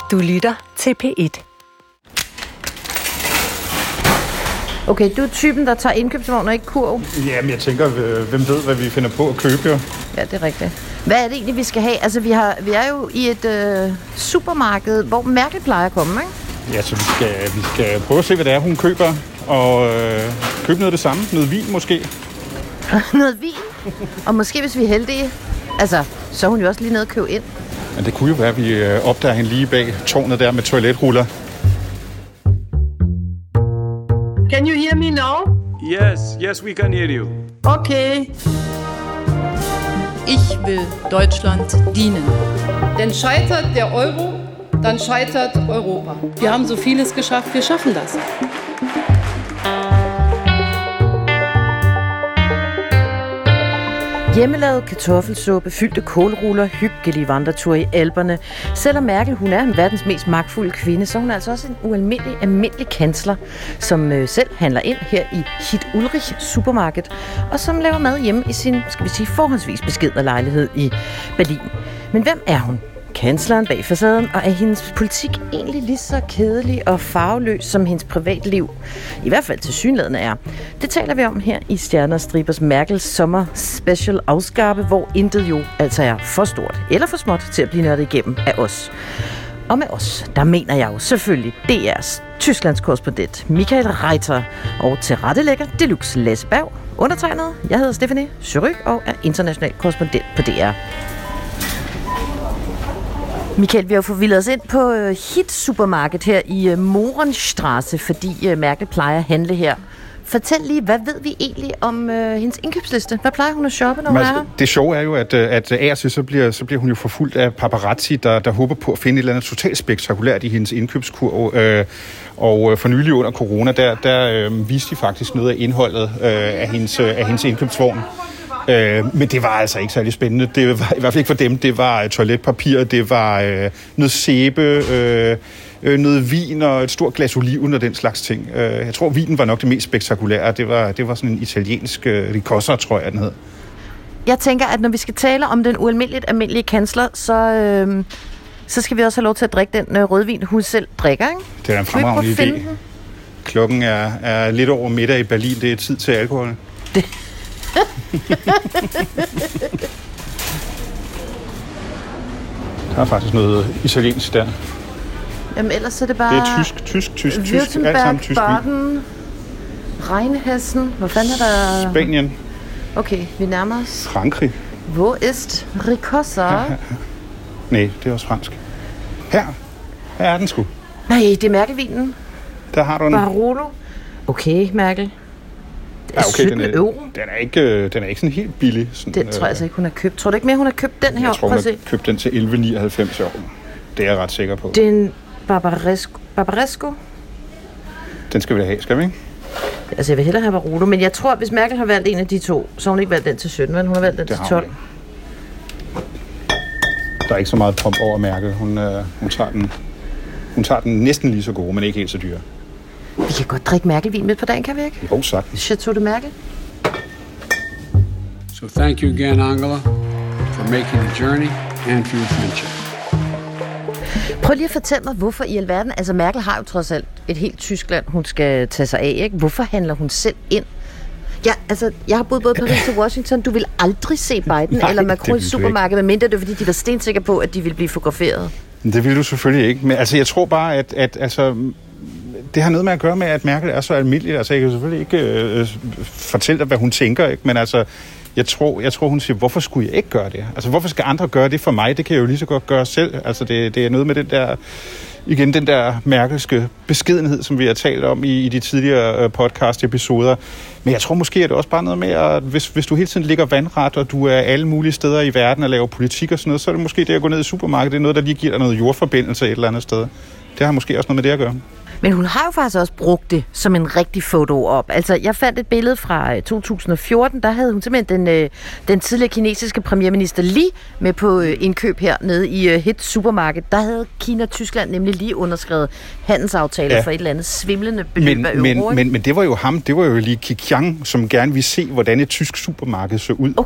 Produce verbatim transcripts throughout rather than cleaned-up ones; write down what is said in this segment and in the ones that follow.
Du lytter til P et. Okay, du er typen, der tager indkøbsvogn og ikke kurv. Jamen, jeg tænker, hvem ved, hvad vi finder på at købe, jo? Ja, det er rigtigt. Hvad er det egentlig, vi skal have? Altså, vi, har, vi er jo i et øh, supermarked, hvor Merkel plejer at komme, ikke? Ja, så vi skal, vi skal prøve at se, hvad det er, hun køber. Og øh, købe noget af det samme. Noget vin, måske. Noget vin? Og måske, hvis vi er heldige, altså, så er hun jo også lige nede og købe ind. Men det kunne jo være, at vi opdager hende lige bag tårnet der med toiletruller. Can you hear me now? Yes, yes, we can hear you. Okay. Ich will Deutschland dienen. Denn scheitert der Euro, dann scheitert Europa. Wir haben so vieles geschafft, wir schaffen das. Hjemmelavet kartoffelsuppe, fyldte kålruller, hyggelige vandreture i Alperne. Selvom Merkel, hun er en verdens mest magtfulde kvinde, så hun er altså også en ualmindelig, almindelig kansler, som øh, selv handler ind her i Hit Ulrich Supermarked, og som laver mad hjemme i sin, skal vi sige, forholdsvis beskedne lejlighed i Berlin. Men hvem er hun? Kansleren bag facaden, og er hendes politik egentlig lige så kedelig og farveløs som hendes privatliv? I hvert fald tilsyneladende er. Det taler vi om her i Stjerner Stribers Merkels sommer special afskabe, hvor intet jo altså er for stort eller for småt til at blive nørdet igennem af os. Og med os, der mener jeg jo selvfølgelig D R's Tysklands korrespondent Michael Reiter og tilrettelægger Deluxe Lasse Berg, undertegnet. Jeg hedder Stephanie Surrugue og er international korrespondent på D R. Michael, vi har jo forvildet os ind på Hit Supermarked her i Mohrenstraße, fordi Merkel plejer at handle her. Fortæl lige, hvad ved vi egentlig om øh, hendes indkøbsliste? Hvad plejer hun at shoppe, når hun altså, er her? Det sjove er jo, at, at af og til, så bliver, så bliver hun jo forfulgt af paparazzi, der, der håber på at finde et eller andet totalt spektakulært i hendes indkøbskurv. Øh, og for nylig under corona, der, der øh, viste de faktisk noget af indholdet øh, af, hendes, øh, af hendes indkøbsvogn. Øh, men det var altså ikke særlig spændende. Det var i hvert fald ikke for dem. Det var toiletpapir, det var øh, noget sæbe, øh, øh, noget vin og et stort glas oliven og den slags ting. Øh, jeg tror, vinen var nok det mest spektakulære. Det var, det var sådan en italiensk øh, ricotta, tror jeg, den hed. Jeg tænker, at når vi skal tale om den ualmindeligt almindelige kansler, så, øh, så skal vi også have lov til at drikke den øh, rødvin, hun selv drikker, ikke? Det er en fremragende idé. Klokken er, er lidt over middag i Berlin. Det er tid til alkohol. Det Der er faktisk noget italiensk der. Jamen ellers er det bare... Det er tysk, tysk, tysk, tysk. Alt sammen tysk. Baden, Rheinhessen. Hvor fanden er der... Spanien. Okay, vi nærmer os. Frankrig. Hvor ist Ricotta? Nej, det er også fransk. Her. Her er den sgu. Nej, det er Merkelvinen. Der har du den. Barolo. Okay, Merkel. Ja, okay, den er, euro. Den er ikke, den er ikke sådan helt billig. Sådan, den tror jeg altså ikke, hun har købt. Tror du ikke mere, hun har købt den her? Jeg tror, hun har købt den til elleve nioghalvfems år. Det er jeg ret sikker på. Den Barbaresco. Barbaresco? Den skal vi da have, skal vi ikke? Altså, jeg vil hellere have Barolo, men jeg tror, at hvis Merkel har valgt en af de to, så har hun ikke valgt den til sytten, men hun har valgt den det til tolv. Der er ikke så meget pomp over Merkel. Hun, øh, hun, tager den, hun tager den næsten lige så gode, men ikke helt så dyre. Vi kan godt drikke Merkelvin midt på dagen, kan vi ikke? Jo, sagtens. Chateau de Merkel. So thank you again, Angela, for making the journey and for your friendship. Prøv lige at fortælle mig, hvorfor i alverden... Altså, Merkel har jo trods alt et helt Tyskland, hun skal tage sig af, ikke? Hvorfor handler hun selv ind? Ja, altså, jeg har boet både Paris og Washington. Du vil aldrig se Biden Nej, eller Macron i supermarkedet, medmindre det er, fordi de var stensikre på, at de ville blive fotograferet. Det vil du selvfølgelig ikke. Men altså, jeg tror bare, at... at altså det har noget med at gøre med, at Merkel er så almindelig. Altså, jeg kan selvfølgelig ikke øh, fortælle dig, hvad hun tænker, ikke? Men altså, jeg tror, jeg tror, hun siger, hvorfor skulle jeg ikke gøre det? Altså, hvorfor skal andre gøre det for mig? Det kan jeg jo lige så godt gøre selv. Altså, det, det er noget med den der, igen, den der merkelske beskedenhed, som vi har talt om i, i de tidligere podcast-episoder. Men jeg tror måske, at det også bare noget med, at hvis, hvis du hele tiden ligger vandret, og du er alle mulige steder i verden og laver politik og sådan noget, så er det måske det at gå ned i supermarkedet. Det er noget, der lige giver dig noget jordforbindelse et eller andet sted. Det har måske også noget med det at gøre. Men hun har jo faktisk også brugt det som en rigtig foto op. Altså, jeg fandt et billede fra to tusind og fjorten, der havde hun simpelthen den, den tidligere kinesiske premierminister Li med på indkøb her nede i Hit Supermarked. Der havde Kina og Tyskland nemlig lige underskrevet handelsaftaler ja. for et eller andet svimlende beløb men, af euro. Men, men, men det var jo ham, det var jo Li Keqiang, som gerne ville se, hvordan et tysk supermarked så ud. Okay.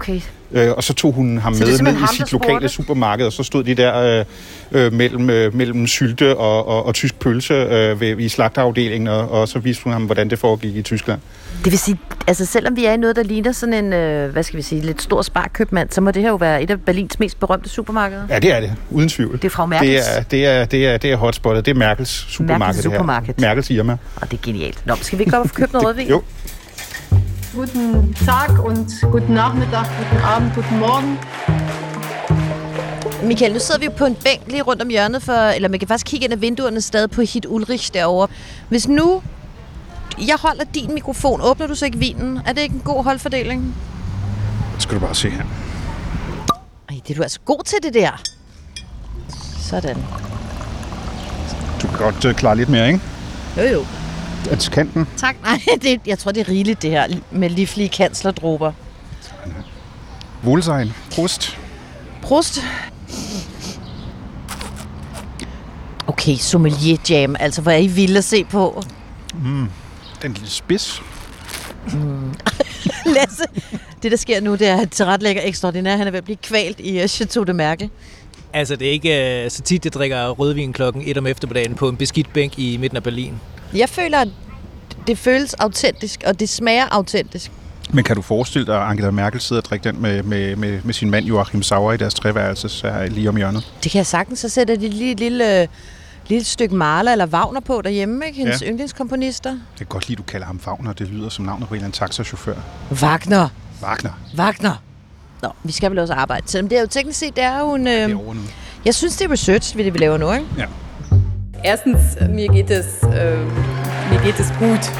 Øh, og så tog hun ham så med ned i ham, sit lokale supermarked, og så stod de der øh, øh, mellem, øh, mellem sylte og, og, og tysk pølse øh, ved, i slagterafdelingen, og, og så viste hun ham, hvordan det foregik i Tyskland. Det vil sige, altså selvom vi er i noget, der ligner sådan en, øh, hvad skal vi sige, lidt stor sparkøbmand, så må det her jo være et af Berlins mest berømte supermarkeder. Ja, det er det. Uden tvivl. Det er Frau Merkels. Det er, det er, det er, det er hotspottet. Det er Merkels supermarked. Merkels supermarked. Det her. Merkels Irma. Og det er genialt. Nå, skal vi ikke gå op og købe noget rødvin? Jo. Guten Tag und guten Nachmittag, guten Abend, guten Morgen. Michael, nu sidder vi jo på en bænk lige rundt om hjørnet, for, eller man kan faktisk kigge ind ad vinduerne stadig på Hit Ulrich derovre. Hvis nu jeg holder din mikrofon, åbner du så ikke vinen? Er det ikke en god holdfordeling? Det skal du bare se her. Ej, det er du altså god til det der. Sådan. Du kan godt uh, klare lidt mere, ikke? Jo, jo. Til kanten. Tak. Nej, det, jeg tror, det er rigeligt, det her med livlige kanslerdråber. Wohlsein. Prost. Prost. Okay, sommelier jam. Altså, hvor er I vilde at se på? Mm. Den lille spids. Mm. Lasse, det der sker nu, det er, at tilrettelægger ekstraordinær. Han er ved at blive kvalt i uh, Chateau de Merkel. Altså, det er ikke uh, så tit, jeg drikker rødvin klokken et om eftermiddagen på en beskidt bænk i midten af Berlin. Jeg føler, at det føles autentisk, og det smager autentisk. Men kan du forestille dig, at Angela Merkel sidder og drikker den med, med, med, med sin mand Joachim Sauer i deres treværelse her lige om hjørnet? Det kan jeg sagtens. Så sætter de lige et lille, lille stykke Mahler eller Wagner på derhjemme, ikke? Hendes ja. yndlingskomponister. Det er godt lige, du kalder ham Wagner. Det lyder som navnet på en eller anden taxachauffør. Wagner. Wagner. Wagner. Nå, vi skal vel også arbejde. Selvom det er jo teknisk set, det er jo en... Øh... Ja, det er over nu. Jeg synes, det er research, det vi laver nu, ikke? Ja. Erstens, mir geht es, äh, mir geht es gut.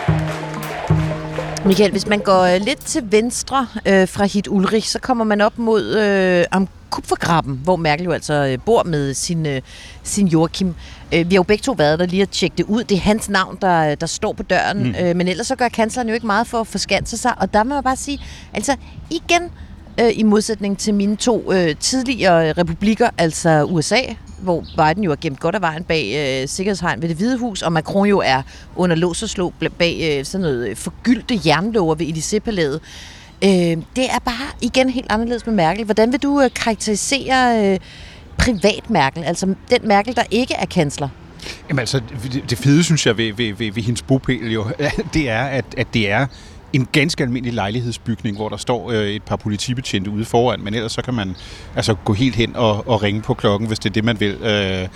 Michael, hvis man går lidt til venstre øh, fra Hit Ulrich, så kommer man op mod øh, am Kupfergraben, hvor Merkel jo altså øh, bor med sin, øh, sin Joachim. Øh, vi har jo begge to været der lige at tjekke det ud. Det er hans navn, der, der står på døren. Mm. Øh, men ellers så gør kansleren jo ikke meget for at forskanse sig. Og der må jeg bare sige, altså igen, øh, i modsætning til mine to øh, tidligere republikker, altså U S A, hvor Biden jo er gemt godt af vejen bag øh, sikkerhedshegn ved Det Hvide Hus, og Macron jo er under lås og slå bag øh, sådan noget forgyldte jernlåger ved Élysée-palæet. Øh, det er bare igen helt anderledes med Merkel. Hvordan vil du øh, karakterisere øh, privat Merkel, altså den Merkel, der ikke er kansler? Jamen altså, det fede, synes jeg, ved, ved, ved, ved hendes bopæl jo, det er, at, at det er en ganske almindelig lejlighedsbygning, hvor der står øh, et par politibetjente ude foran, men ellers så kan man altså gå helt hen og, og ringe på klokken, hvis det er det, man vil. Øh,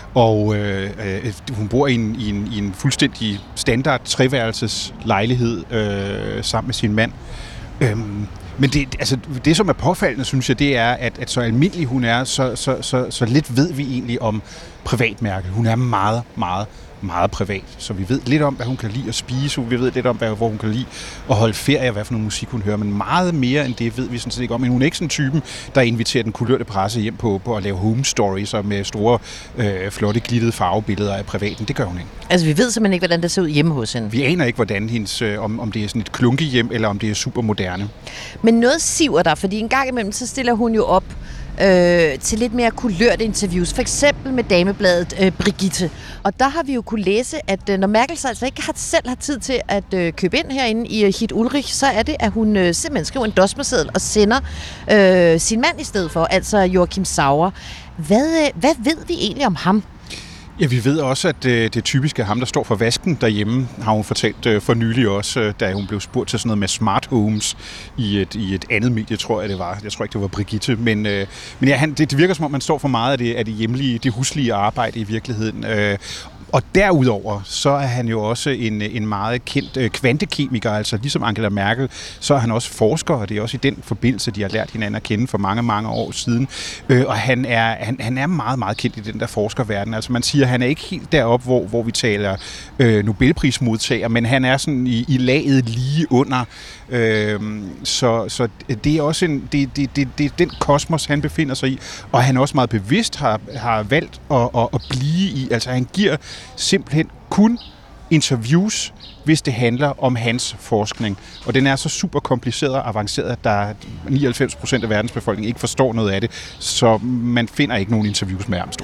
og øh, øh, hun bor i en, i, en, i en fuldstændig standard treværelses lejlighed øh, sammen med sin mand. Øh, men det, altså, det, som er påfaldende, synes jeg, det er, at, at så almindelig hun er, så, så, så, så lidt ved vi egentlig om privat Merkel. Hun er meget, meget meget privat, så vi ved lidt om, hvad hun kan lide at spise, vi ved lidt om, hvor hun kan lide at holde ferie, hvad for noget musik hun hører, men meget mere end det ved vi sådan set ikke om. Men hun er ikke sådan en typen, der inviterer den kulørte presse hjem på, på at lave home stories og med store, øh, flotte, glittede farvebilleder af privaten. Det gør hun ikke. Altså, vi ved simpelthen ikke, hvordan det ser ud hjemme hos hende. Vi aner ikke, hvordan hendes, øh, om, om det er sådan et klunkehjem, eller om det er super moderne. Men noget siver der, fordi en gang imellem, så stiller hun jo op Øh, til lidt mere kulørte interviews, for eksempel med damebladet øh, Brigitte. Og der har vi jo kunne læse, at øh, når Merkel så altså ikke har, selv har tid til at øh, købe ind herinde i øh, Hit Ulrich, så er det, at hun øh, simpelthen skriver en dosmerseddel og sender øh, sin mand i stedet for, altså Joachim Sauer. Hvad, øh, hvad ved vi egentlig om ham? Ja, vi ved også, at øh, det typiske er ham, der står for vasken derhjemme, har hun fortalt øh, for nylig også, øh, da hun blev spurgt til sådan noget med smart homes i et, i et andet medie, tror jeg det var. Jeg tror ikke, det var Brigitte, men, øh, men ja, han, det, det virker som om, man står for meget af det, af det hjemlige, det huslige arbejde i virkeligheden. Øh, Og derudover, så er han jo også en, en meget kendt øh, kvantekemiker, altså ligesom Angela Merkel, så er han også forsker, og det er også i den forbindelse, de har lært hinanden at kende for mange, mange år siden. Øh, og han er, han, han er meget, meget kendt i den der forskerverden. Altså man siger, han er ikke helt deroppe, hvor, hvor vi taler øh, Nobelprismodtager, men han er sådan i, i laget lige under. Øh, så, så det er også en, det, det, det, det er den kosmos, han befinder sig i, og han også meget bevidst har, har valgt at, at, at blive i. Altså han giver simpelthen kun interviews, hvis det handler om hans forskning. Og den er så super kompliceret og avanceret, at der nioghalvfems procent af verdens befolkning ikke forstår noget af det, så man finder ikke nogen interviews med ham stort set.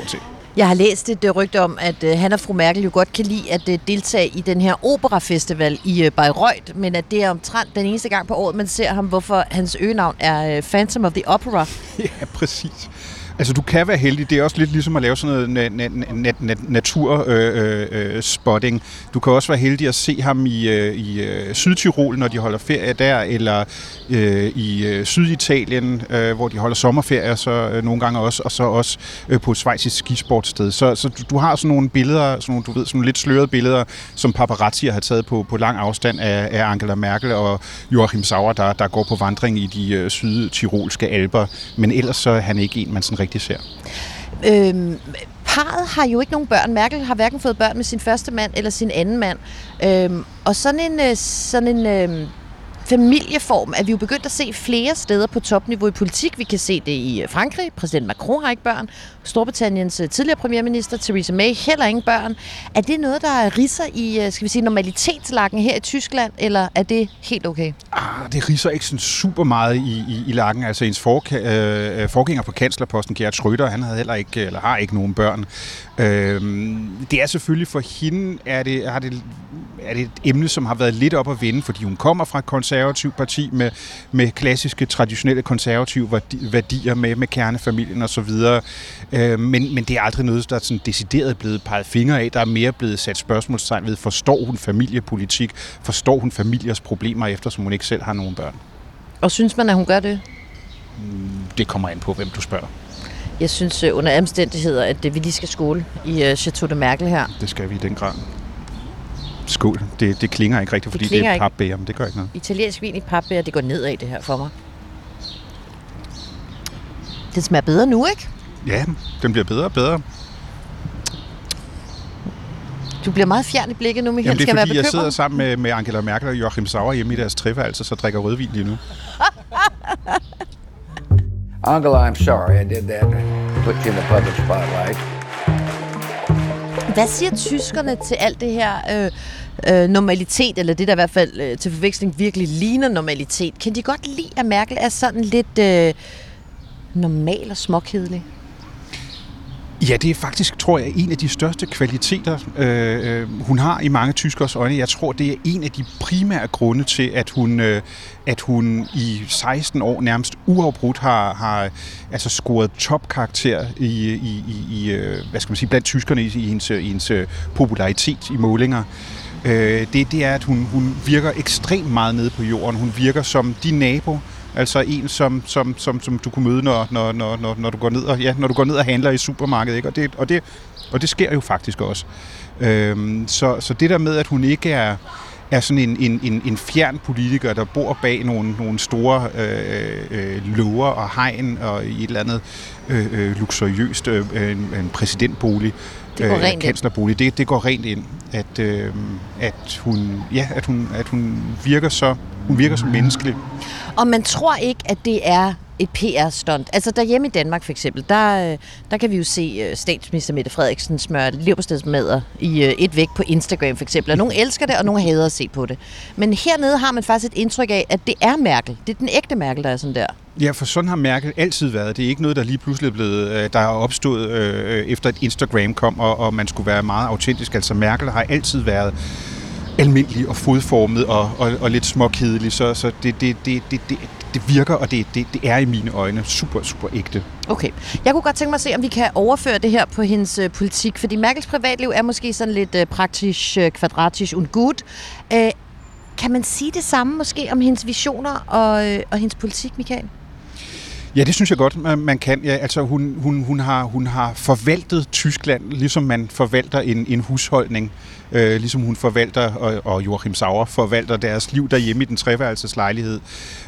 Jeg har læst et uh, rygte om, at uh, han og fru Merkel jo godt kan lide at uh, deltage i den her operafestival i uh, Bayreuth, men at det er omtrent den eneste gang på året, man ser ham, hvorfor hans øgenavn er uh, Phantom of the Opera. Ja, præcis. Altså, du kan være heldig. Det er også lidt ligesom at lave sådan noget na- na- na- na- natur-spotting. Øh, øh, du kan også være heldig at se ham i, øh, i øh, Sydtirol, når de holder ferie der, eller øh, i øh, Syditalien, øh, hvor de holder sommerferie, så øh, nogle gange også, og så også øh, på et schweizisk skisportssted. Så, så du, du har sådan nogle billeder, sådan nogle, du ved, sådan nogle lidt slørede billeder, som paparazzi har taget på, på lang afstand af, af Angela Merkel og Joachim Sauer, der, der går på vandring i de øh, sydtirolske alper. Men ellers så er han ikke en, man sådan rigtig ser. Øhm, parret har jo ikke nogen børn. Merkel har hverken fået børn med sin første mand eller sin anden mand. Øhm, og sådan en, sådan en øhm, familieform er vi jo begyndt at se flere steder på topniveau i politik. Vi kan se det i Frankrig. Præsident Macron har ikke børn. Storbritanniens tidligere premierminister Theresa May heller ingen børn. Er det noget, der ridser i, skal vi sige, normalitetslakken her i Tyskland, eller er det helt okay? Ah, det ridser ikke sådan super meget i, i, i lakken. Altså ens forka- øh, forgænger på kanslerposten, Gerhard Schröder, han havde heller ikke, eller har ikke nogen børn. Øh, det er selvfølgelig for hende, er det, er det, er det et emne, som har været lidt op at vende, fordi hun kommer fra et konservativt parti med, med klassiske, traditionelle konservative værdier, med, med kernefamilien osv. Øh, men, men det er aldrig noget, der er sådan decideret blevet peget fingre af. Der er mere blevet sat spørgsmålstegn ved, forstår hun familiepolitik? Forstår hun familiers problemer, eftersom hun ikke selv har nogen børn? Og synes man, at hun gør det? Det kommer an på, hvem du spørger. Jeg synes under omstændigheder, at vi lige skal skåle i Chateau de Merkel her. Det skal vi i den grad. Skål. Det, det klinger ikke rigtigt, fordi det, det er et papbæger, men det gør ikke noget. Italiensk vin i papbæger, det går nedad det her for mig. Det smager bedre nu, ikke? Ja, den bliver bedre og bedre. Du bliver meget fjern i blikket nu, Michael. Jamen, det er skal fordi, jeg, jeg sidder sammen med, med Angela Merkel og Joachim Sauer hjemme i deres triværelse, så drikker rødvin lige nu. Angela, I'm sorry I did that. Put you in the public spotlight. Hvad siger tyskerne til alt det her øh, øh, normalitet, eller det der i hvert fald øh, til forveksling virkelig ligner normalitet? Kan de godt lide, at Merkel er sådan lidt øh, normal og småkedelig? Ja, det er faktisk, tror jeg, en af de største kvaliteter, øh, hun har i mange tyskers øjne. Jeg tror, det er en af de primære grunde til, at hun, øh, at hun i seksten år nærmest uafbrudt har, har altså scoret topkarakter i, i, i, i hvad skal man sige, blandt tyskerne i, i hendes, i hendes popularitet i målinger. Øh, det, det er, at hun, hun virker ekstremt meget nede på jorden. Hun virker som din nabo. Altså en, som, som, som, som du kunne møde, når, når, når, når, du går ned og, ja, når du går ned og handler i supermarkedet. Ikke? Og, det, og, det, og det sker jo faktisk også. Øhm, så, så det der med, at hun ikke er, er sådan en, en, en, en fjern politiker, der bor bag nogle, nogle store øh, øh, låger og hegn og i et eller andet øh, øh, luksuriøst øh, en, en præsidentbolig, det går rent kanslerbolig. Det, det går rent ind, at, øh, at, hun, ja, at, hun, at hun virker så hun virker som menneskelig. Og man tror ikke, at det er et P R-stunt. Altså derhjemme i Danmark for eksempel, der, der kan vi jo se statsminister Mette Frederiksen smøre leverpostejsmadder i et væk på Instagram for eksempel. Og nogle elsker det, og nogle hader at se på det. Men hernede har man faktisk et indtryk af, at det er Merkel. Det er den ægte Merkel, der er sådan der. Ja, for sådan har Merkel altid været. Det er ikke noget, der lige pludselig er blevet, der er opstået øh, efter et Instagram kom, og, og man skulle være meget autentisk. Altså Merkel har altid været almindelig og fodformet og, og, og lidt småkedelig, så, så det, det, det, det, det, det virker, og det, det, det er i mine øjne super, super ægte. Okay. Jeg kunne godt tænke mig at se, om vi kan overføre det her på hendes øh, politik, fordi Merkels privatliv er måske sådan lidt øh, praktisk, øh, kvadratisk und gut. Øh, kan man sige det samme måske om hendes visioner og, øh, og hendes politik, Michael? Ja, det synes jeg godt, man kan. Ja, altså, hun, hun, hun, har, hun har forvaltet Tyskland, ligesom man forvalter en, en husholdning. Øh, ligesom hun forvalter, og, og Joachim Sauer forvalter deres liv derhjemme i den treværelseslejlighed.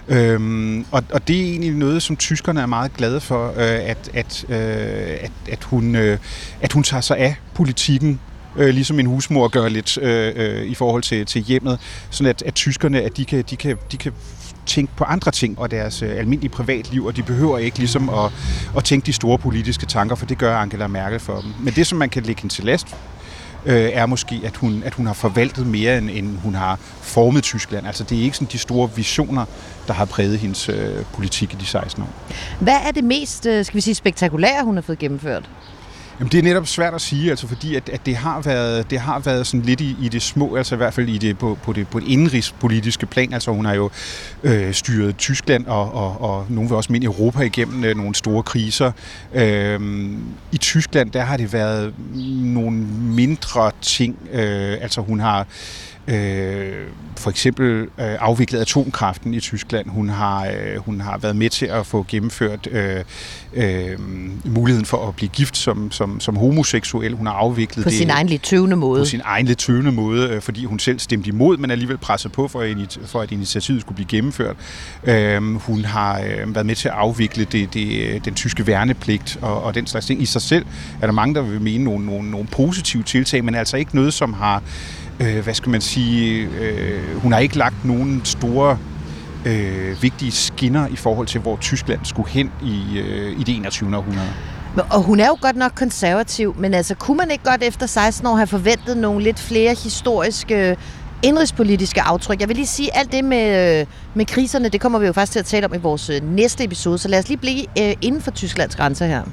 Øhm, og, og det er egentlig noget, som tyskerne er meget glade for, øh, at, at, øh, at, at, hun, øh, at hun tager sig af politikken, øh, ligesom en husmor gør lidt øh, øh, i forhold til, til hjemmet, sådan at, at tyskerne at de kan, de kan, de kan tænke på andre ting og deres øh, almindelige privatliv, og de behøver ikke ligesom at, at tænke de store politiske tanker, for det gør Angela Merkel for dem. Men det, som man kan lægge hende til last, øh, er måske, at hun, at hun har forvaltet mere, end, end hun har formet Tyskland. Altså det er ikke sådan de store visioner, der har præget hendes øh, politik i de seksten år. Hvad er det mest, skal vi sige, spektakulære, hun har fået gennemført? Jamen, det er netop svært at sige, altså fordi at, at det har været det har været sådan lidt i, i det små, altså i hvert fald i det på, på det på det indenrigspolitiske plan. Altså hun har jo øh, styret Tyskland og og og nogen vil også mene Europa igennem øh, nogle store kriser. Øh, I Tyskland der har det været nogle mindre ting. Øh, altså hun har Øh, for eksempel øh, afviklet atomkraften i Tyskland. Hun har, øh, hun har været med til at få gennemført øh, øh, muligheden for at blive gift som, som, som homoseksuel. Hun har afviklet på det sin egen lidt tøvende måde. På sin egen lidt tøvende måde, øh, fordi hun selv stemte imod, men alligevel presset på for, for at initiativet skulle blive gennemført. Øh, hun har øh, været med til at afvikle det, det, den tyske værnepligt og, og den slags ting. I sig selv er der mange, der vil mene nogle, nogle, nogle positive tiltag, men altså ikke noget, som har Øh, hvad skal man sige, øh, hun har ikke lagt nogen store øh, vigtige skinner i forhold til, hvor Tyskland skulle hen i, øh, i det enogtyvende århundrede. Og hun er jo godt nok konservativ, men altså kunne man ikke godt efter seksten år have forventet nogle lidt flere historiske indrigspolitiske aftryk? Jeg vil lige sige, alt det med, med kriserne, det kommer vi jo faktisk til at tale om i vores næste episode, så lad os lige blive øh, inden for Tysklands grænser her.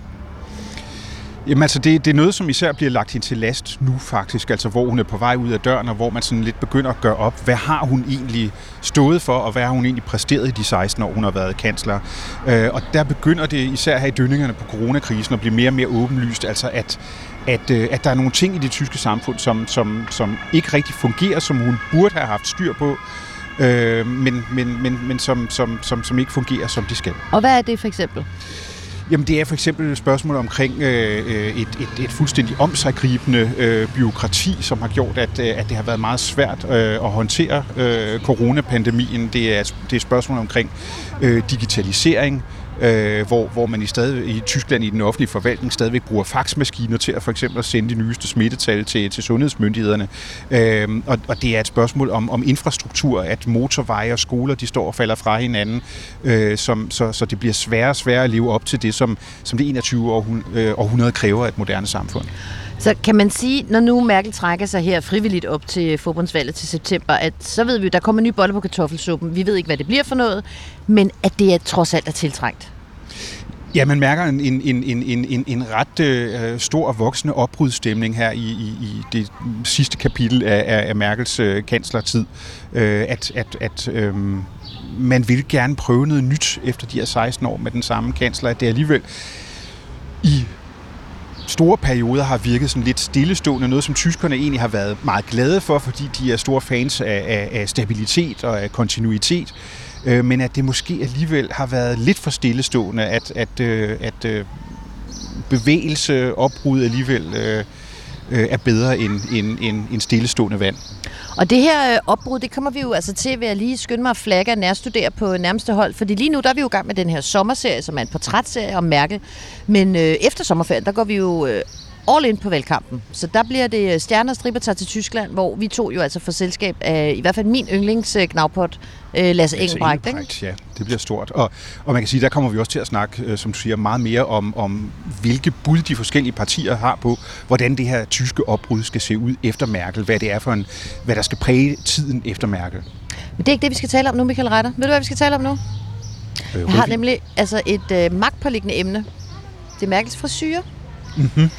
Jamen altså, det, det er noget, som især bliver lagt hende til last nu faktisk, altså hvor hun er på vej ud af døren, og hvor man sådan lidt begynder at gøre op, hvad har hun egentlig stået for, og hvad har hun egentlig præsteret i de seksten år, hun har været kansler. Øh, og der begynder det især her i dønningerne på coronakrisen at blive mere og mere åbenlyst, altså at, at, øh, at der er nogle ting i det tyske samfund, som, som, som ikke rigtig fungerer, som hun burde have haft styr på, øh, men, men, men, men som, som, som, som ikke fungerer, som de skal. Og hvad er det for eksempel? Jamen det er for eksempel et spørgsmål omkring øh, et, et, et fuldstændig omsiggribende øh, byråkrati, som har gjort, at, at det har været meget svært øh, at håndtere øh, coronapandemien. Det er, det er et spørgsmål omkring øh, digitalisering, øh, hvor, hvor man i, stadig, i Tyskland i den offentlige forvaltning stadigvæk bruger faxmaskiner til at for eksempel at sende de nyeste smittetal til, til sundhedsmyndighederne. Øh, og, og det er et spørgsmål om, om infrastruktur, at motorveje og skoler de står og falder fra hinanden, øh, som, så, så det bliver sværere og sværere at leve op til det, som, som det enogtyvende århundrede kræver af et moderne samfund. Så kan man sige, når nu Merkel trækker sig her frivilligt op til forbundsvalget til september, at så ved vi, at der kommer nye boller på kartoffelsuppen. Vi ved ikke, hvad det bliver for noget, men at det er trods alt er tiltrængt. Ja, man mærker en, en, en, en, en, en ret øh, stor og voksende opbrudsstemning her i, i, i det sidste kapitel af, af Merkels øh, kanslertid. Øh, at at, at øh, man vil gerne prøve noget nyt efter de her seksten år med den samme kansler. At det alligevel i store perioder har virket sådan lidt stillestående, noget som tyskerne egentlig har været meget glade for, fordi de er store fans af, af, af stabilitet og af kontinuitet, øh, men at det måske alligevel har været lidt for stillestående, at, at, øh, at øh, bevægelse, opbrud alligevel øh, øh, er bedre end, end, end, end stillestående vand. Og det her øh, opbrud, det kommer vi jo altså til ved at lige skynde mig at flagge og nærstudere på nærmeste hold, fordi lige nu der er vi jo i gang med den her sommerserie, som er en portrætserie om Merkel, men øh, efter sommerferien, der går vi jo øh, all in på valgkampen. Så der bliver det Stjerner og Striber tager til Tyskland, hvor vi to jo altså får selskab af i hvert fald min yndlingsgnavpot, øh, Lasse Engelbrecht. Engelbrecht, ja, det bliver stort. Og, og man kan sige, der kommer vi også til at snakke, øh, som du siger, meget mere om, om, hvilke bud de forskellige partier har på, hvordan det her tyske opbrud skal se ud efter Merkel, hvad det er for en, hvad der skal præge tiden efter Merkel. Men det er ikke det, vi skal tale om nu, Michael Reiter. Ved du, hvad vi skal tale om nu? Øh, Jeg har nemlig altså et øh, magtpåliggende emne. Det er Merkels frisyre. Mhm.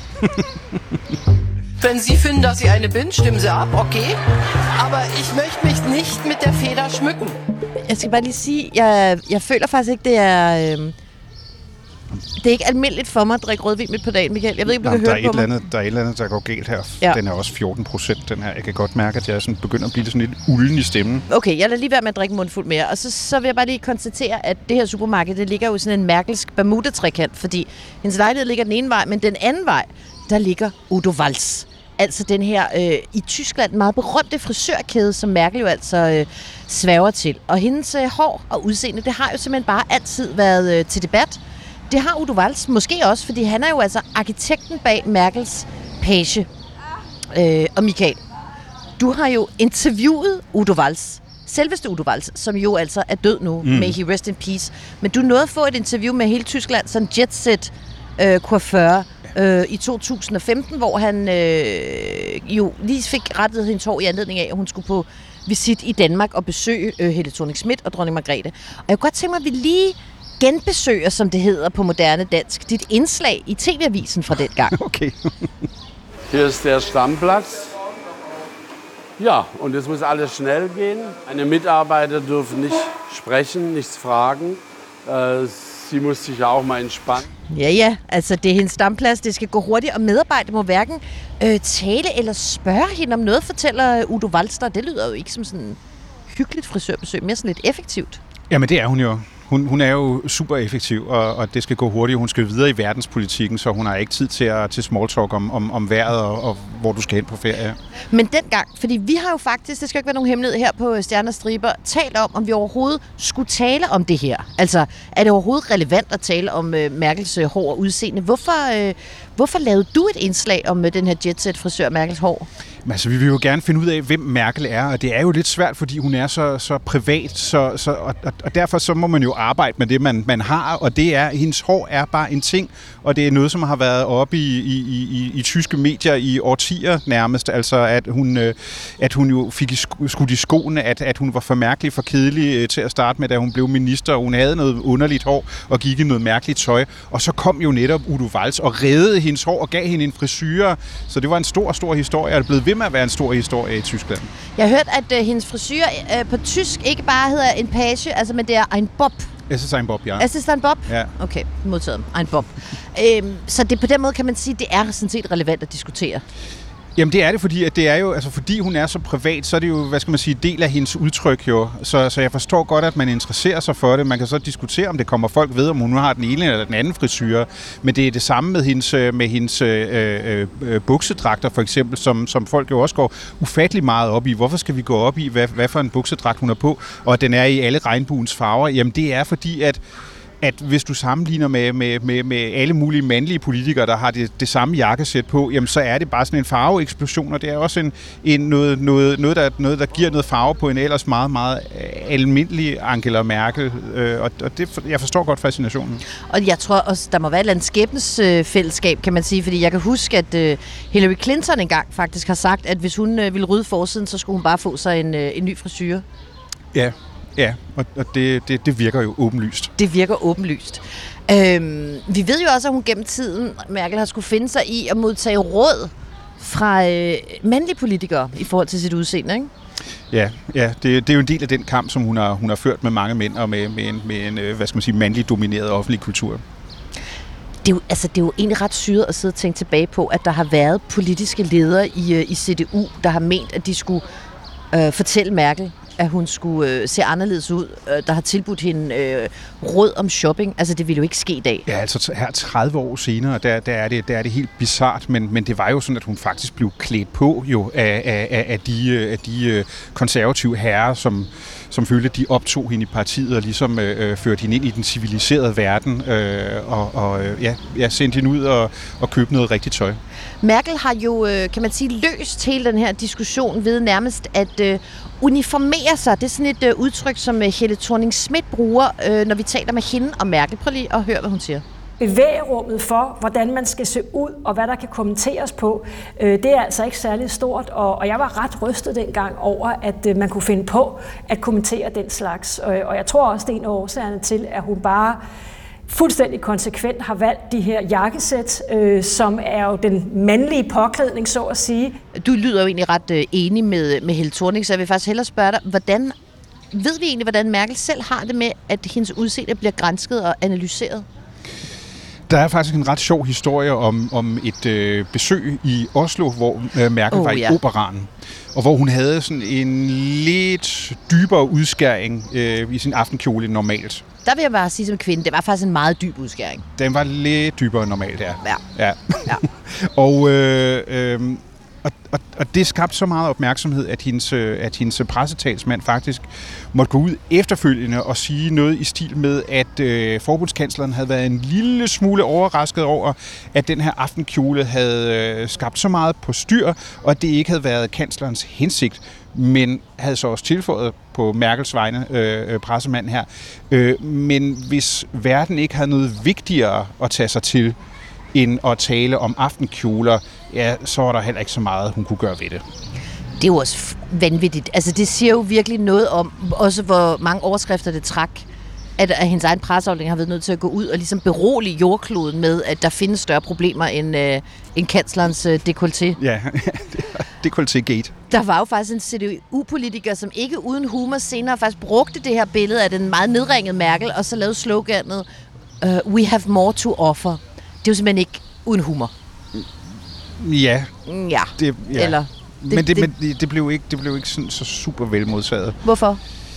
Wenn Sie finden, dass ich eine bin, stimmen Sie ab, okay. Aber ich möchte mich nicht mit der Feder schmücken. Jeg skal bare lige sige, jeg, jeg føler faktisk ikke, det er... Øh, det er ikke almindeligt for mig at drikke rødvin midt på dagen, Michael. Jeg ved ikke, om du kan høre på mig. Andet, der er et eller andet, der går galt her. Ja. Den er også fjorten procent, den her. Jeg kan godt mærke, at jeg sådan begynder at blive sådan lidt ulden i stemmen. Okay, jeg lader lige være med at drikke en mundfuld mere. Og så, så vil jeg bare lige konstatere, at det her supermarked, det ligger jo sådan en Merkelsk Bermuda-trekant, fordi hendes lejlighed ligger den ene vej, men den anden vej, der ligger Udo Walz. Altså den her øh, i Tyskland meget berømte frisørkæde, som Merkel jo altså øh, sværger til. Og hendes øh, hår og udseende, det har jo simpelthen bare altid været øh, til debat. Det har Udo Walz måske også, fordi han er jo altså arkitekten bag Merkels page. Øh, og Michael, du har jo interviewet Udo Walz, selveste Udo Walz, som jo altså er død nu, mm. may he rest in peace. Men du nåede at få et interview med hele Tyskland, sådan jetset øh, coiffeur, øh, i to tusind og femten, hvor han øh, jo lige fik rettet hendes hår i anledning af, at hun skulle på visit i Danmark og besøge øh, Helle Thorning-Schmidt og dronning Margrethe. Og jeg kunne godt tænke mig, at vi lige genbesøger, som det hedder på moderne dansk, dit indslag i T V-avisen fra den gang. Okay. Hier ist der Stammplatz. Ja, und jetzt muss alles schnell gehen. Eine Mitarbeiter dürfen nicht sprechen, nichts fragen. Äh, sie muss sich ja auch mal entspannen. Ja, ja, altså det er hendes stamplads, det skal gå hurtigt, og medarbejdere må hverken øh, tale eller spørge hende om noget, fortæller Udo Walster. Det lyder jo ikke som sådan hyggeligt frisørbesøg, mere sådan lidt effektivt. Jamen det er hun jo. Hun, hun er jo super effektiv, og, og det skal gå hurtigt. Hun skal videre i verdenspolitikken, så hun har ikke tid til, at, til small talk om, om, om vejret og, og hvor du skal hen på ferie. Men dengang, fordi vi har jo faktisk, det skal ikke være nogen hemmelighed her på Stjerner Striber, talt om, om vi overhovedet skulle tale om det her. Altså, er det overhovedet relevant at tale om uh, Merkels uh, hår og udseende? Hvorfor, uh, hvorfor lavede du et indslag om uh, den her jetset-frisør Merkels hår? Men altså, vi vil jo gerne finde ud af, hvem Merkel er, og det er jo lidt svært, fordi hun er så, så privat, så, så, og, og derfor så må man jo arbejde med det, man, man har, og det er, hendes hår er bare en ting, og det er noget, som har været oppe i, i, i, i tyske medier i årtier nærmest, altså at hun, at hun jo fik skudt i skoene, at, at hun var for mærkelig, for kedelig til at starte med, da hun blev minister, og hun havde noget underligt hår og gik i noget mærkeligt tøj, og så kom jo netop Udo Walz og reddede hendes hår og gav hende en frisyre, så det var en stor, stor historie, og det er blevet ved med at være en stor historie i Tyskland. Jeg har hørt, at uh, hendes frisyr uh, på tysk ikke bare hedder en page, altså, men det er ein Bob. Es ist ein Bob, ja. Es ist ein Bob? Ja. Okay, modtaget. Ein Bob. Øhm, så det på den måde kan man sige, det er sådan set relevant at diskutere. Jamen det er det, fordi at det er jo, altså fordi hun er så privat, så er det jo, hvad skal man sige, del af hendes udtryk jo. Så, så jeg forstår godt, at man interesserer sig for det. Man kan så diskutere, om det kommer folk ved, om hun nu har den ene eller den anden frisyre. Men det er det samme med hendes, med hendes øh, øh, buksedragter for eksempel, som, som folk jo også går ufattelig meget op i. Hvorfor skal vi gå op i, hvad, hvad for en buksedragt hun er på, og at den er i alle regnbuens farver? Jamen det er fordi, at at hvis du sammenligner med, med, med, med alle mulige mandlige politikere, der har det, det samme jakkesæt på, jamen så er det bare sådan en farveeksplosion, og det er også en, en noget, noget, noget, der, noget, der giver noget farve på en ellers meget, meget almindelig Angela Merkel, øh, og, og det, jeg forstår godt fascinationen. Og jeg tror også, der må være et eller andet skæbnesfællesskab, kan man sige, fordi jeg kan huske, at øh, Hillary Clinton engang faktisk har sagt, at hvis hun øh, ville rydde forsiden, så skulle hun bare få sig en, øh, en ny frisyre. Ja. Ja, og det, det, det virker jo åbenlyst. Det virker åbenlyst. Øhm, vi ved jo også, at hun gennem tiden, Merkel har skulle finde sig i at modtage råd fra øh, mandlige politikere i forhold til sit udseende, ikke? Ja, ja det, det er jo en del af den kamp, som hun har, hun har ført med mange mænd og med, med en, med en hvad skal man sige, mandlig domineret offentlig kultur. Det er, jo, altså, det er jo egentlig ret syret at sidde og tænke tilbage på, at der har været politiske ledere i, i C D U, der har ment, at de skulle øh, fortælle Merkel, at hun skulle øh, se anderledes ud, øh, der har tilbudt hende øh, råd om shopping. Altså, det ville jo ikke ske i dag. Ja, altså her tredive år senere, der, der, er, det, der er det helt bizart, men, men det var jo sådan, at hun faktisk blev klædt på jo af, af, af de, af de konservative herrer, som, som følte, at de optog hende i partiet og ligesom øh, førte hende ind i den civiliserede verden øh, og, og ja, ja, sendte hende ud og, og købte noget rigtigt tøj. Merkel har jo, kan man sige, løst hele den her diskussion ved nærmest at øh, uniformere sig. Det er sådan et øh, udtryk, som Helle Thorning-Schmidt bruger, øh, når vi taler med hende og Merkel. Prøv lige at høre, hvad hun siger. Bevægerummet for, hvordan man skal se ud, og hvad der kan kommenteres på, øh, det er altså ikke særlig stort, og, og jeg var ret rystet dengang over, at øh, man kunne finde på at kommentere den slags. Og, og jeg tror også, det er en af årsagerne til, at hun bare fuldstændig konsekvent har valgt de her jakkesæt, øh, som er jo den mandlige påklædning, så at sige. Du lyder jo egentlig ret øh, enig med, med Helle Thorning, så jeg vil faktisk hellere spørge dig, hvordan ved vi egentlig, hvordan Merkel selv har det med, at hendes udseende bliver gransket og analyseret? Der er faktisk en ret sjov historie om, om et øh, besøg i Oslo, hvor øh, Merkel oh, var i ja. Operaen, og hvor hun havde sådan en lidt dybere udskæring øh, i sin aftenkjole end normalt. Der vil jeg bare sige som kvinde, det var faktisk en meget dyb udskæring. Den var lidt dybere end normalt, ja. Ja. ja. ja. og, øh, øh, og, og, og det skabte så meget opmærksomhed, at hendes, at hendes pressetalsmand faktisk måtte gå ud efterfølgende og sige noget i stil med, at øh, forbundskansleren havde været en lille smule overrasket over, at den her aftenkjole havde øh, skabt så meget på styr, og at det ikke havde været kanslerens hensigt, men havde så også tilføjet på Merkels vegne, øh, pressemand her. Øh, men hvis verden ikke havde noget vigtigere at tage sig til, end at tale om aftenkjoler, ja, så var der heller ikke så meget, hun kunne gøre ved det. Det er jo også vanvittigt. Altså, det siger jo virkelig noget om, også hvor mange overskrifter det trak at, at hendes egen presseafdeling har været nødt til at gå ud og ligesom berolige jordkloden med, at der findes større problemer end, øh, end kanslerens øh, décolleté. Ja, décolleté-gate. Der var jo faktisk en C D U-politiker, som ikke uden humor senere faktisk brugte det her billede af den meget nedringede Merkel, og så lavede sloganet, uh, we have more to offer. Det er jo simpelthen ikke uden humor. Ja. Ja, det, ja. eller... Det, men det, det, men det blev ikke, det blev ikke sådan, så super vel modtaget. Hvorfor?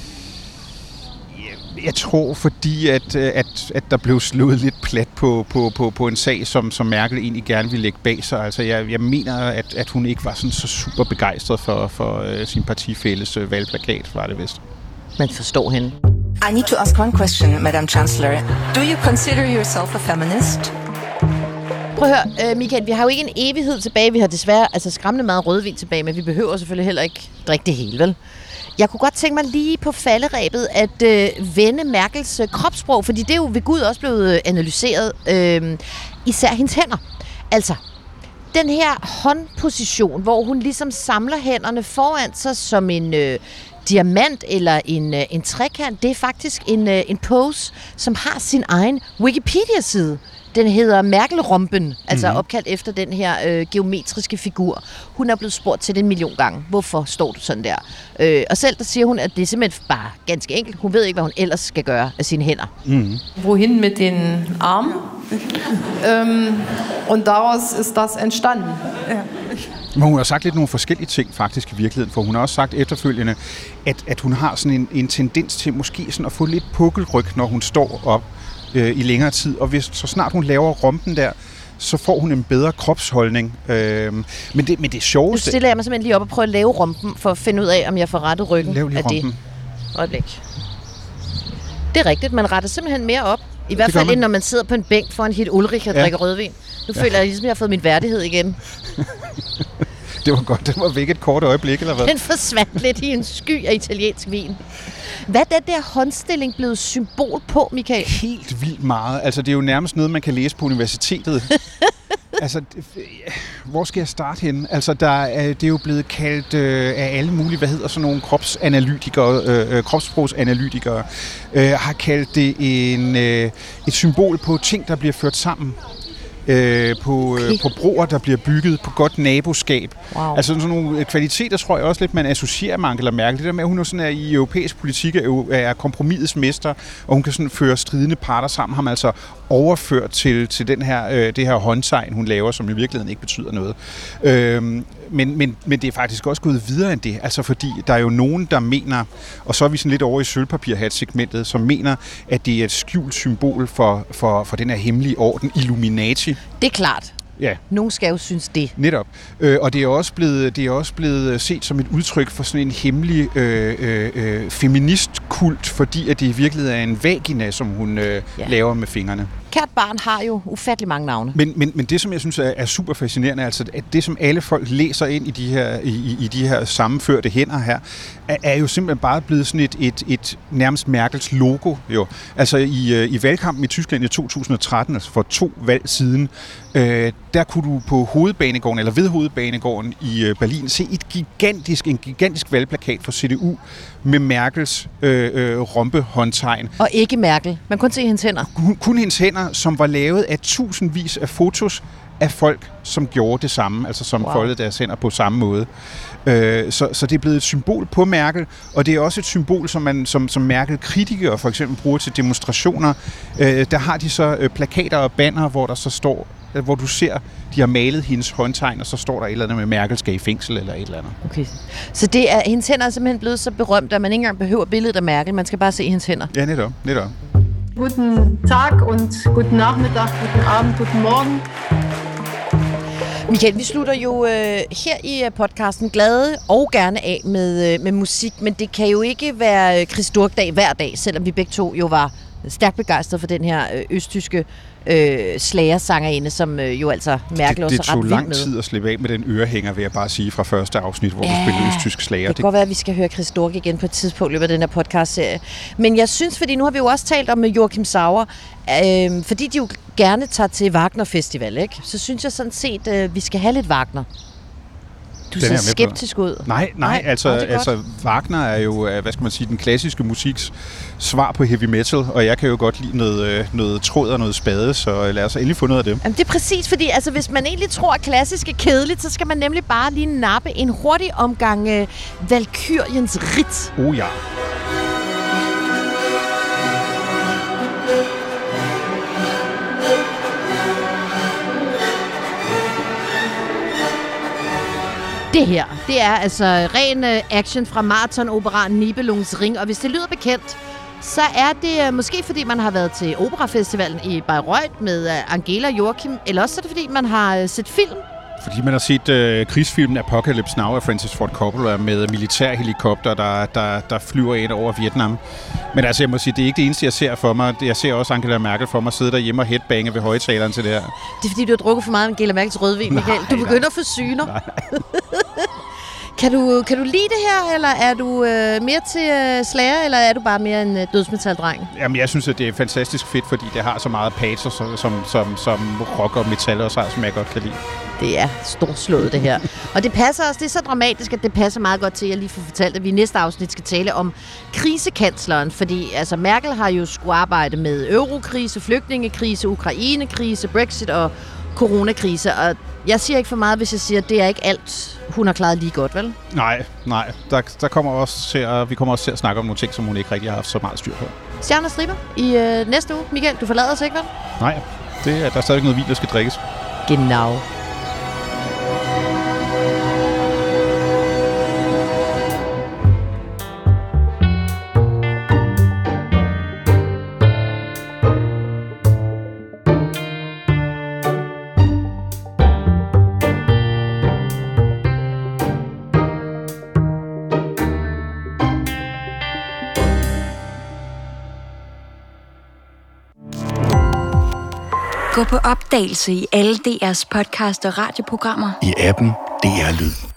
Jeg, jeg tror, fordi at, at, at der blev slået lidt plat på, på, på, på en sag, som, som Merkel egentlig gerne ville lægge bag sig. Altså, jeg, jeg mener, at, at hun ikke var sådan så super begejstret for, for uh, sin partifælles uh, valgplakat, var det vist. Man forstår hende. I need to ask one question, Madam Chancellor. Do you consider yourself a feminist? Prøv at høre, uh, Michael, vi har jo ikke en evighed tilbage. Vi har desværre altså skræmmende meget rødvin tilbage, men vi behøver selvfølgelig heller ikke drikke det hele, vel? Jeg kunne godt tænke mig lige på falderæbet at øh, vende Merkels øh, kropssprog, fordi det er jo ved Gud også blevet analyseret, øh, især hendes hænder. Altså, den her håndposition, hvor hun ligesom samler hænderne foran sig som en øh, diamant eller en, øh, en trekant, det er faktisk en, øh, en pose, som har sin egen Wikipedia-side. Den hedder Merkel-romben, altså mm-hmm. opkaldt efter den her øh, geometriske figur. Hun er blevet spurgt til det en million gange. Hvorfor står du sådan der? Øh, og selv der siger hun, at det er simpelthen bare ganske enkelt. Hun ved ikke, hvad hun ellers skal gøre af sine hænder. Mm-hmm. Wohin mit den Arm? ähm, und daraus ist das entstanden. Ja. Men hun har sagt lidt nogle forskellige ting faktisk i virkeligheden, for hun har også sagt efterfølgende, at, at hun har sådan en, en tendens til måske sådan at få lidt pukkelryg, når hun står op øh, i længere tid. Og hvis så snart hun laver romben der, så får hun en bedre kropsholdning. Øh, men, det, men det sjoveste... Nu stiller jeg mig simpelthen lige op og prøver at lave romben, for at finde ud af, om jeg får rettet ryggen Lav lige af romben. det. Øjeblik. Det er rigtigt, man retter simpelthen mere op. I hvert fald, når man sidder på en bænk foran Hit Ulrich og ja. drikker rødvin. Nu ja. føler jeg ligesom, jeg har fået min værdighed igen. Det var godt. Det var væk et kort øjeblik, eller hvad? Den forsvandt lidt i en sky af italiensk vin. Hvad er den der håndstilling blevet symbol på, Michael? Helt vildt meget. Altså, det er jo nærmest noget, man kan læse på universitetet. Altså, hvor skal jeg starte henne? Altså, der er, det er jo blevet kaldt øh, af alle mulige, hvad hedder sådan nogle kropsanalytikere, øh, kropsprogsanalytikere, øh, har kaldt det en, øh, et symbol på ting, der bliver ført sammen. Øh, på, okay. øh, på broer, der bliver bygget, på godt naboskab. Wow. Altså sådan nogle kvaliteter, tror jeg også lidt, man associerer med Angela Merkel. Det der med, at hun er, sådan, er i europæisk politik er, er kompromisets mester, og hun kan sådan føre stridende parter sammen, har man altså overført til, til den her, øh, det her håndtegn, hun laver, som i virkeligheden ikke betyder noget. Øh, men, men, men det er faktisk også gået videre end det, altså fordi der er jo nogen, der mener, og så er vi sådan lidt over i sølvpapirhat-segmentet, som mener, at det er et skjult symbol for, for, for den her hemmelige orden, Illuminati. Det er klart. Ja. Nogen skal jo synes det. Netop. Øh, og det er, også blevet, det er også blevet set som et udtryk for sådan en hemmelig øh, øh, feministkult, fordi at det i virkeligheden er en vagina, som hun øh, ja. laver med fingrene. Kært barn har jo ufattelig mange navne. Men, men, men det, som jeg synes er, er super fascinerende, altså at det, som alle folk læser ind i de her, i, i de her sammenførte hænder her, er, er jo simpelthen bare blevet sådan et, et, et nærmest Merkels logo. Jo. Altså i, i valgkampen i Tyskland i to tusind og tretten, altså for to valg siden, øh, der kunne du på hovedbanegården, eller ved hovedbanegården i Berlin, se et gigantisk, en gigantisk valgplakat for C D U med Merkels øh, øh, rompehåndtegn. Og ikke Merkel. Man kunne se hendes hænder. Kun, kun hendes hænder, som var lavet af tusindvis af fotos af folk, som gjorde det samme, altså som wow. foldede deres hænder på samme måde. Øh, så, så det er blevet et symbol på Merkel, og det er også et symbol, som, man, som, som Merkel-kritikere for eksempel bruger til demonstrationer. Øh, der har de så øh, plakater og banner, hvor der så står, øh, hvor du ser, de har malet hendes håndtegn, og så står der et eller andet med, Merkel skal i fængsel eller et eller andet. Okay. Så det er, hendes hænder er simpelthen blevet så berømt, at man ikke engang behøver billedet af Merkel, man skal bare se hendes hænder. Ja, netop, netop. Guten Tag und guten Nachmittag, guten Abend, guten Morgen. Michael, vi slutter jo øh, her i podcasten glade og gerne af med, øh, med musik, men det kan jo ikke være Chris Stork-dag hver dag, selvom vi begge to jo var stærkt begejstrede for den her øh, østtyske øh, slagersangerinde, som øh, jo altså Merkel også er ret vild med. Det tog lang tid at slippe af med den ørehænger, vil jeg bare sige, fra første afsnit, hvor ja, du spillede østtysk slager. Det kan det... godt være, at vi skal høre Chris Stork igen på et tidspunkt i løbet af den her podcast-serie. Men jeg synes, fordi nu har vi jo også talt om Joachim Sauer, øh, fordi de jo gerne tager til Wagner Festival, ikke? Så synes jeg sådan set, øh, vi skal have lidt Wagner. Du ser skeptisk ud. Nej, nej, nej altså, altså Wagner er jo, hvad skal man sige, den klassiske musiks svar på heavy metal, og jeg kan jo godt lide noget, noget tråd og noget spade, så lad os endelig få noget af det. Jamen, det er præcis, fordi altså, hvis man egentlig tror, at klassisk er kedeligt, så skal man nemlig bare lige nappe en hurtig omgang øh, Valkyriens Ridt. Oh ja. Det her, det er altså ren action fra marathonoperaen Nibelungens Ring, og hvis det lyder bekendt, så er det måske fordi man har været til Operafestivalen i Bayreuth med Angela Joachim, eller også er det fordi man har set film. Fordi man har set øh, krigsfilmen Apocalypse Now af Francis Ford Coppola med militærhelikopter, der, der, der flyver ind over Vietnam. Men altså, jeg må sige, det er ikke det eneste, jeg ser for mig. Jeg ser også Angela Merkel for mig sidde derhjemme og headbange ved højtaleren til det her. Det er fordi, du har drukket for meget Angela Merkels rødvin, Michael. Du begynder nej. at få syner. Kan du, kan du lide det her, eller er du øh, mere til øh, Slayer, eller er du bare mere en øh, dødsmetaldreng? Jamen, jeg synes, at det er fantastisk fedt, fordi det har så meget patos, som, som, som, som rock og metal også har, som jeg godt kan lide. Det er storslået, det her. Og det passer også, det er så dramatisk, at det passer meget godt til, at jeg lige får fortalt, at vi i næste afsnit skal tale om krisekansleren, fordi altså, Merkel har jo skulle arbejde med eurokrise, flygtningekrise, Ukrainekrise, Brexit og coronakrise, og jeg siger ikke for meget, hvis jeg siger, at det er ikke alt, hun har klaret lige godt, vel? Nej, nej. Der, der kommer også til at, vi kommer også til at snakke om nogle ting, som hun ikke rigtig har haft så meget styr på. Stjerner striber i øh, næste uge. Michael, du forlader os ikke, vel? Nej, det er, der er stadig noget vin, der skal drikkes. Genau. Gå på opdagelse i alle D R's podcast og radioprogrammer. I appen D R Lyd.